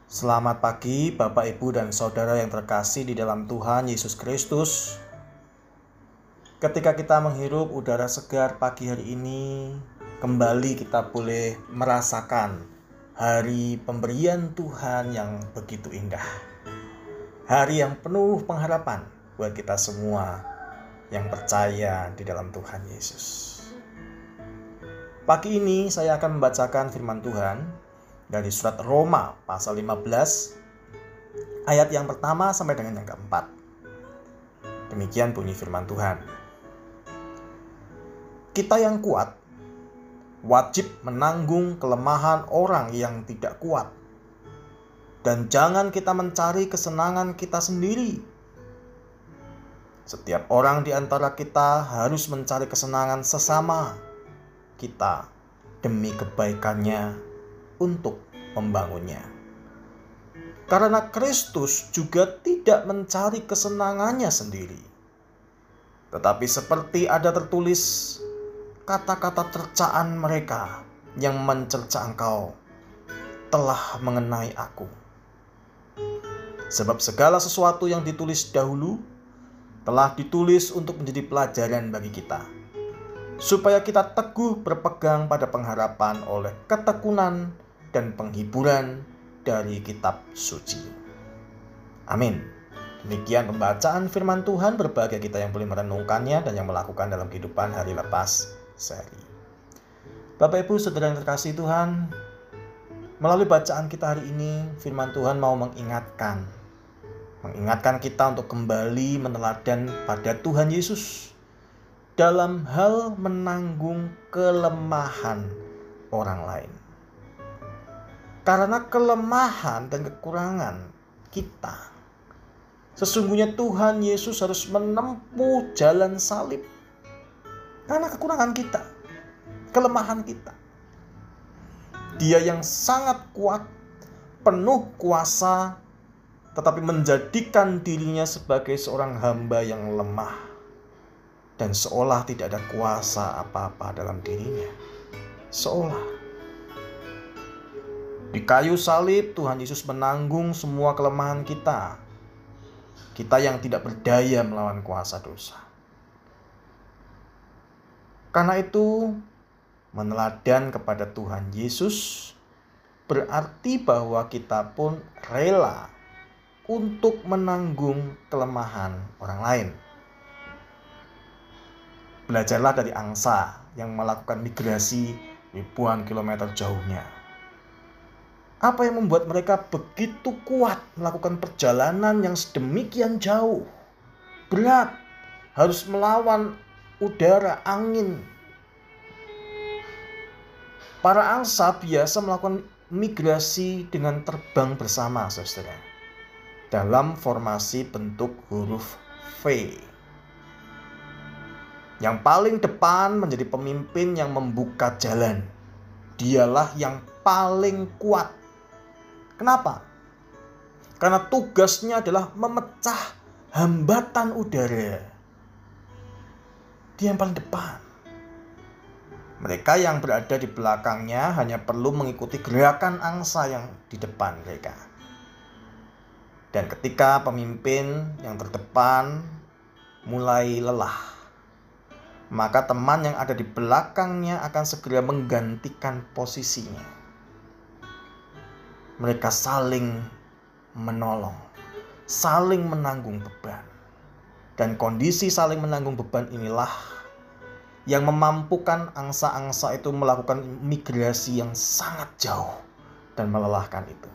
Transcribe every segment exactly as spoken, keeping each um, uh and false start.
Selamat pagi Bapak, Ibu, dan Saudara yang terkasih di dalam Tuhan Yesus Kristus. Ketika kita menghirup udara segar pagi hari ini, kembali kita boleh merasakan hari pemberian Tuhan yang begitu indah. Hari yang penuh pengharapan buat kita semua yang percaya di dalam Tuhan Yesus. Pagi ini saya akan membacakan firman Tuhan dari surat Roma pasal lima belas ayat yang pertama sampai dengan yang keempat. Demikian bunyi firman Tuhan. Kita yang kuat wajib menanggung kelemahan orang yang tidak kuat. Dan jangan kita mencari kesenangan kita sendiri. Setiap orang di antara kita harus mencari kesenangan sesama kita demi kebaikannya untuk membangunnya. Karena Kristus juga tidak mencari kesenangannya sendiri. Tetapi seperti ada tertulis, kata-kata cercaan mereka yang mencerca engkau telah mengenai aku. Sebab segala sesuatu yang ditulis dahulu telah ditulis untuk menjadi pelajaran bagi kita, supaya kita teguh berpegang pada pengharapan oleh ketekunan dan penghiburan dari kitab suci. Amin. Demikian pembacaan firman Tuhan, berbahagia kita yang boleh merenungkannya dan yang melakukan dalam kehidupan hari lepas sehari. Bapak, Ibu, Saudara yang terkasih Tuhan, melalui bacaan kita hari ini, firman Tuhan mau mengingatkan mengingatkan kita untuk kembali meneladan pada Tuhan Yesus dalam hal menanggung kelemahan orang lain. Karena kelemahan dan kekurangan kita, sesungguhnya Tuhan Yesus harus menempuh jalan salib. Karena kekurangan kita, kelemahan kita. Dia yang sangat kuat, penuh kuasa, tetapi menjadikan dirinya sebagai seorang hamba yang lemah dan seolah tidak ada kuasa apa-apa dalam dirinya. Seolah di kayu salib Tuhan Yesus menanggung semua kelemahan kita. Kita yang tidak berdaya melawan kuasa dosa. Karena itu, meneladan kepada Tuhan Yesus berarti bahwa kita pun rela untuk menanggung kelemahan orang lain. Belajarlah dari angsa yang melakukan migrasi ribuan kilometer jauhnya. Apa yang membuat mereka begitu kuat melakukan perjalanan yang sedemikian jauh? Berat, harus melawan udara, angin. Para angsa biasa melakukan migrasi dengan terbang bersama, saudara, dalam formasi bentuk huruf V. Yang paling depan menjadi pemimpin yang membuka jalan. Dialah yang paling kuat. Kenapa? Karena tugasnya adalah memecah hambatan udara. Dia yang paling depan. Mereka yang berada di belakangnya hanya perlu mengikuti gerakan angsa yang di depan mereka. Dan ketika pemimpin yang terdepan mulai lelah, maka teman yang ada di belakangnya akan segera menggantikan posisinya. Mereka saling menolong, saling menanggung beban. Dan kondisi saling menanggung beban inilah yang memampukan angsa-angsa itu melakukan migrasi yang sangat jauh dan melelahkan itu.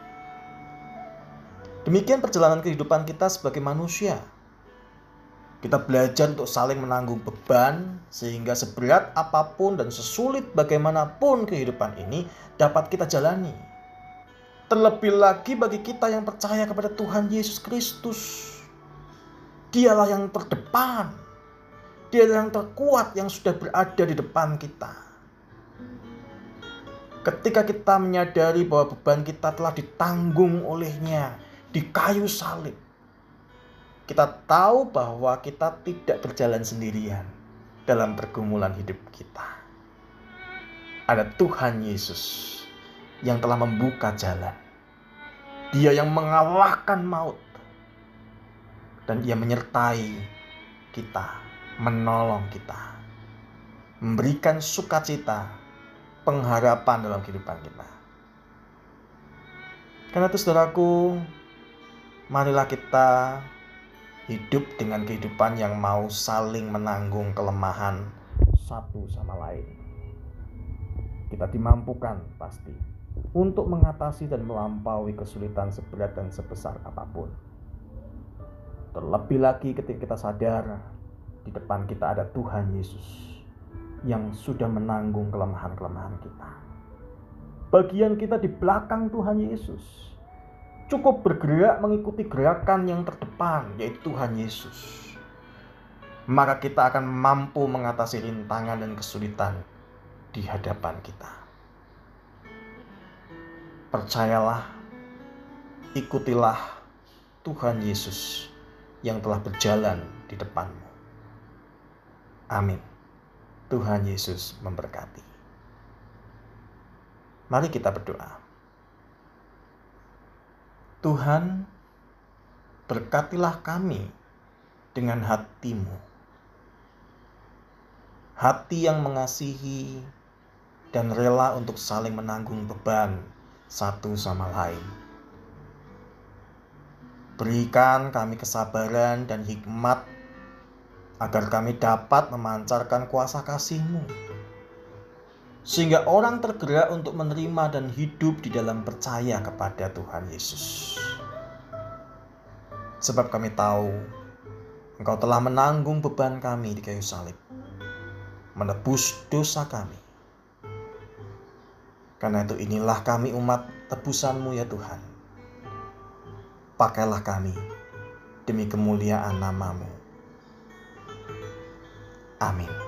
Demikian perjalanan kehidupan kita sebagai manusia. Kita belajar untuk saling menanggung beban, sehingga seberat apapun dan sesulit bagaimanapun kehidupan ini dapat kita jalani. Terlebih lagi bagi kita yang percaya kepada Tuhan Yesus Kristus. Dialah yang terdepan. Dialah yang terkuat yang sudah berada di depan kita. Ketika kita menyadari bahwa beban kita telah ditanggung olehnya di kayu salib, kita tahu bahwa kita tidak berjalan sendirian dalam pergumulan hidup kita. Ada Tuhan Yesus yang telah membuka jalan. Dia yang mengalahkan maut. Dan Dia menyertai kita, menolong kita, memberikan sukacita, pengharapan dalam kehidupan kita. Karena itu saudaraku, marilah kita hidup dengan kehidupan yang mau saling menanggung kelemahan satu sama lain. Kita dimampukan pasti untuk mengatasi dan melampaui kesulitan seberat dan sebesar apapun. Terlebih lagi ketika kita sadar di depan kita ada Tuhan Yesus yang sudah menanggung kelemahan-kelemahan kita. Bagian kita di belakang Tuhan Yesus. Cukup bergerak mengikuti gerakan yang terdepan, yaitu Tuhan Yesus. Maka kita akan mampu mengatasi rintangan dan kesulitan di hadapan kita. Percayalah, ikutilah Tuhan Yesus yang telah berjalan di depanmu. Amin. Tuhan Yesus memberkati. Mari kita berdoa. Tuhan, berkatilah kami dengan hati-Mu. Hati yang mengasihi dan rela untuk saling menanggung beban satu sama lain. Berikan kami kesabaran dan hikmat agar kami dapat memancarkan kuasa kasih-Mu, sehingga orang tergerak untuk menerima dan hidup di dalam percaya kepada Tuhan Yesus. Sebab kami tahu Engkau telah menanggung beban kami di kayu salib, menebus dosa kami. Karena itu inilah kami umat tebusan-Mu ya Tuhan. Pakailah kami demi kemuliaan nama-Mu. Amin.